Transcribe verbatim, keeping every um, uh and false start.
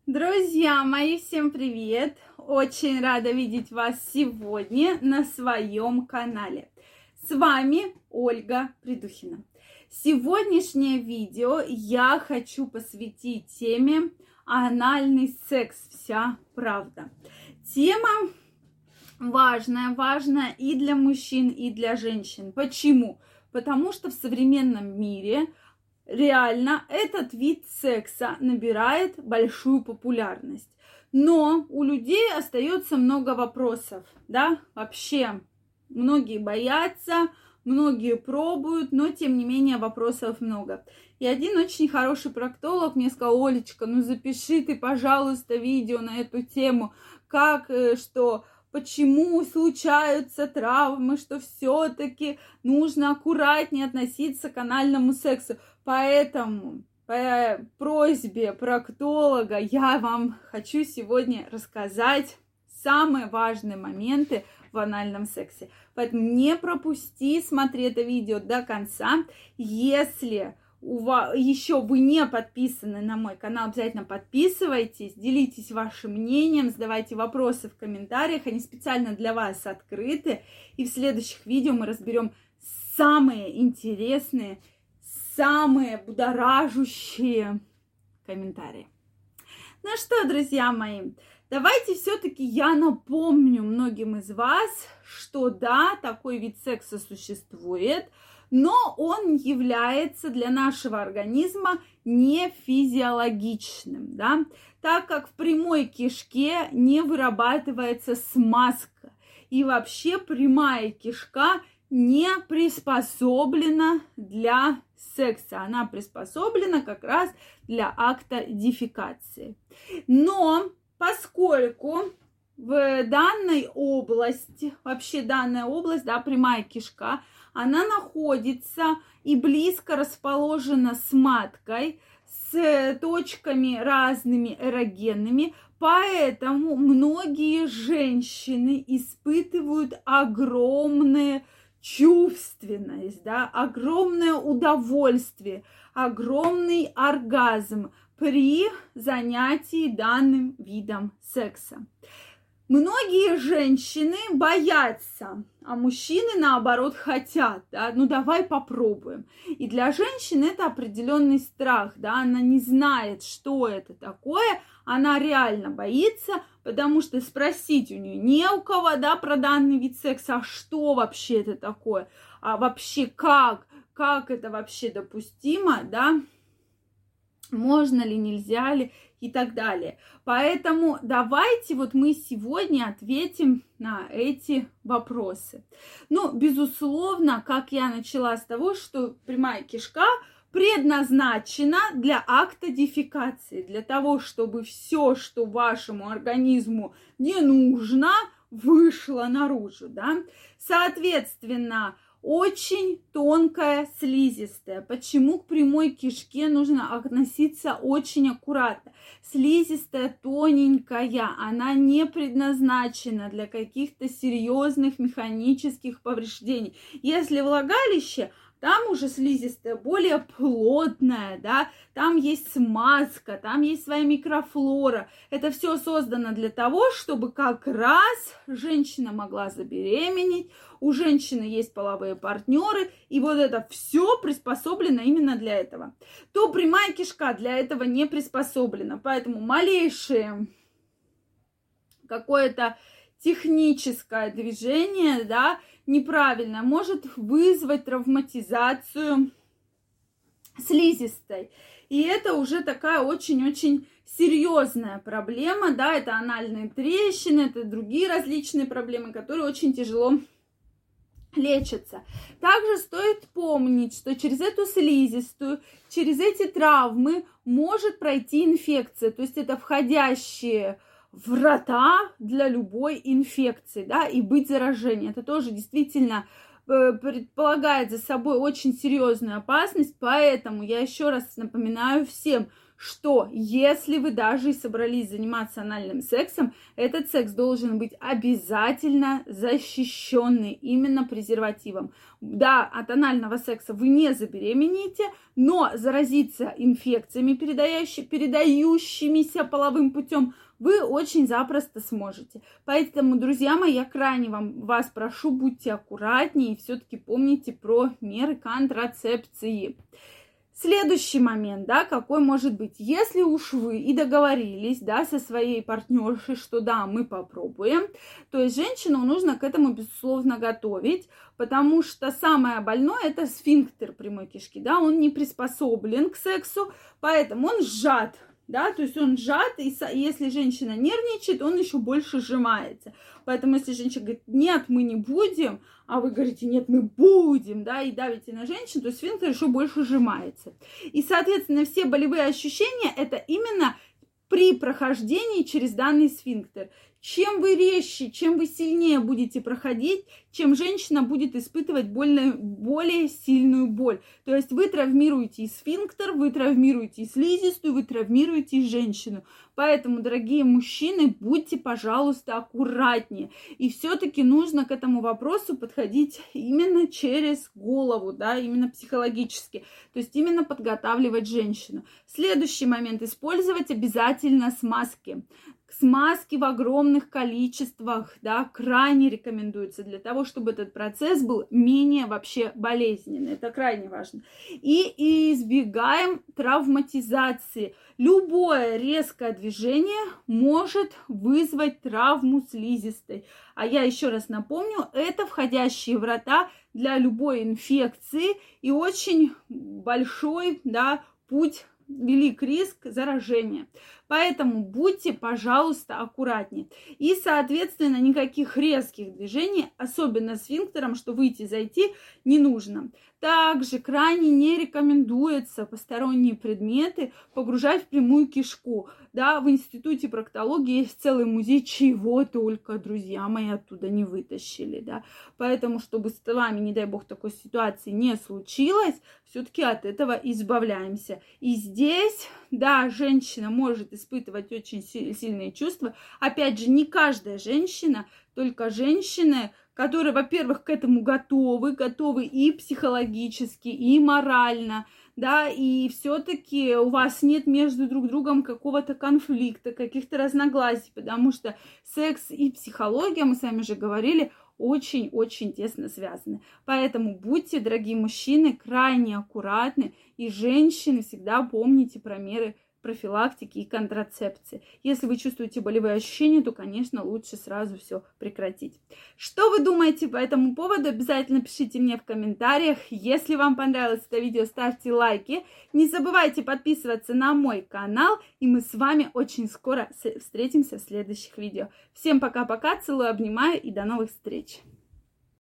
Друзья мои, всем привет! Очень рада видеть вас сегодня на своем канале. С вами Ольга Придухина. Сегодняшнее видео я хочу посвятить теме анальный секс. Вся правда. Тема важная, важная и для мужчин, и для женщин. Почему? Потому что в современном мире реально этот вид секса набирает большую популярность. Но у людей остается много вопросов, да, вообще многие боятся, многие пробуют, но тем не менее вопросов много. И один очень хороший проктолог мне сказал: Олечка, ну запиши ты, пожалуйста, видео на эту тему, как, что... Почему случаются травмы, что все-таки нужно аккуратнее относиться к анальному сексу. Поэтому по просьбе проктолога я вам хочу сегодня рассказать самые важные моменты в анальном сексе. Поэтому не пропусти, смотри это видео до конца. Если у вас еще вы не подписаны на мой канал, обязательно подписывайтесь, делитесь вашим мнением, задавайте вопросы в комментариях, они специально для вас открыты. И в следующих видео мы разберем самые интересные, самые будоражащие комментарии. Ну что, друзья мои, давайте все-таки я напомню многим из вас, что да, такой вид секса существует, но он является для нашего организма не физиологичным, да, так как в прямой кишке не вырабатывается смазка. И вообще прямая кишка не приспособлена для секса. Она приспособлена как раз для акта дефекации. Но поскольку в данной области, вообще данная область, да, прямая кишка, она находится и близко расположена с маткой, с точками разными эрогенными, поэтому многие женщины испытывают огромную чувственность, да, огромное удовольствие, огромный оргазм при занятии данным видом секса. Многие женщины боятся, а мужчины, наоборот, хотят, да, ну давай попробуем. И для женщин это определенный страх, да, она не знает, что это такое, она реально боится, потому что спросить у нее не у кого, да, про данный вид секса, а что вообще это такое, а вообще как, как это вообще допустимо, да, можно ли, нельзя ли и так далее. Поэтому давайте вот мы сегодня ответим на эти вопросы. Ну, безусловно, как я начала с того, что прямая кишка предназначена для акта дефекации, для того, чтобы все, что вашему организму не нужно, вышло наружу, да. Соответственно, очень тонкая слизистая. Почему к прямой кишке нужно относиться очень аккуратно? Слизистая тоненькая, она не предназначена для каких-то серьезных механических повреждений. Если влагалище, там уже слизистая более плотная, да, там есть смазка, там есть своя микрофлора. Это все создано для того, чтобы как раз женщина могла забеременеть, у женщины есть половые партнеры, и вот это все приспособлено именно для этого. То прямая кишка для этого не приспособлена, поэтому малейшее какое-то техническое движение, да, неправильно может вызвать травматизацию слизистой. И это уже такая очень-очень серьезная проблема, да, это анальные трещины, это другие различные проблемы, которые очень тяжело лечатся. Также стоит помнить, что через эту слизистую, через эти травмы может пройти инфекция, то есть это входящие врата для любой инфекции, да, и быть заражением. Это тоже действительно э, предполагает за собой очень серьезную опасность, поэтому я еще раз напоминаю всем, что если вы даже и собрались заниматься анальным сексом, этот секс должен быть обязательно защищенный именно презервативом. Да, от анального секса вы не забеременеете, но заразиться инфекциями, передающимися половым путем, вы очень запросто сможете. Поэтому, друзья мои, я крайне вам, вас прошу, будьте аккуратнее и все-таки помните про меры контрацепции. Следующий момент, да, какой может быть, если уж вы и договорились, да, со своей партнершей, что да, мы попробуем, то есть женщину нужно к этому, безусловно, готовить, потому что самое больное – это сфинктер прямой кишки, да, он не приспособлен к сексу, поэтому он сжат. Да, то есть он сжат, и если женщина нервничает, он еще больше сжимается. Поэтому если женщина говорит, нет, мы не будем, а вы говорите, нет, мы будем, да, и давите на женщину, то сфинктер еще больше сжимается. И, соответственно, все болевые ощущения – это именно при прохождении через данный сфинктер. Чем вы резче, чем вы сильнее будете проходить, чем женщина будет испытывать более, более сильную боль. То есть вы травмируете и сфинктер, вы травмируете и слизистую, вы травмируете и женщину. Поэтому, дорогие мужчины, будьте, пожалуйста, аккуратнее. И все-таки нужно к этому вопросу подходить именно через голову, да, именно психологически. То есть именно подготавливать женщину. Следующий момент. Использовать обязательно смазки. Смазки в огромных количествах, да, крайне рекомендуется для того, чтобы этот процесс был менее вообще болезненный. Это крайне важно. И избегаем травматизации. Любое резкое движение может вызвать травму слизистой. А я еще раз напомню, это входящие врата для любой инфекции и очень большой, да, путь, велик риск заражения. Поэтому будьте, пожалуйста, аккуратнее. И, соответственно, никаких резких движений, особенно сфинктером, что выйти, зайти, не нужно. Также крайне не рекомендуется посторонние предметы погружать в прямую кишку. Да, в институте проктологии есть целый музей, чего только, друзья мои, оттуда не вытащили. Да. Поэтому, чтобы с вами, не дай бог, такой ситуации не случилось, все-таки от этого избавляемся. И здесь, да, женщина может испытывать очень сильные чувства. Опять же, не каждая женщина, только женщины, которые, во-первых, к этому готовы, готовы и психологически, и морально, да, и все-таки у вас нет между друг другом какого-то конфликта, каких-то разногласий, потому что секс и психология, мы с вами уже говорили, очень-очень тесно связаны. Поэтому будьте, дорогие мужчины, крайне аккуратны, и женщины всегда помните про меры профилактики и контрацепции. Если вы чувствуете болевые ощущения, то, конечно, лучше сразу все прекратить. Что вы думаете по этому поводу? Обязательно пишите мне в комментариях. Если вам понравилось это видео, ставьте лайки. Не забывайте подписываться на мой канал. И мы с вами очень скоро встретимся в следующих видео. Всем пока-пока, целую, обнимаю и до новых встреч!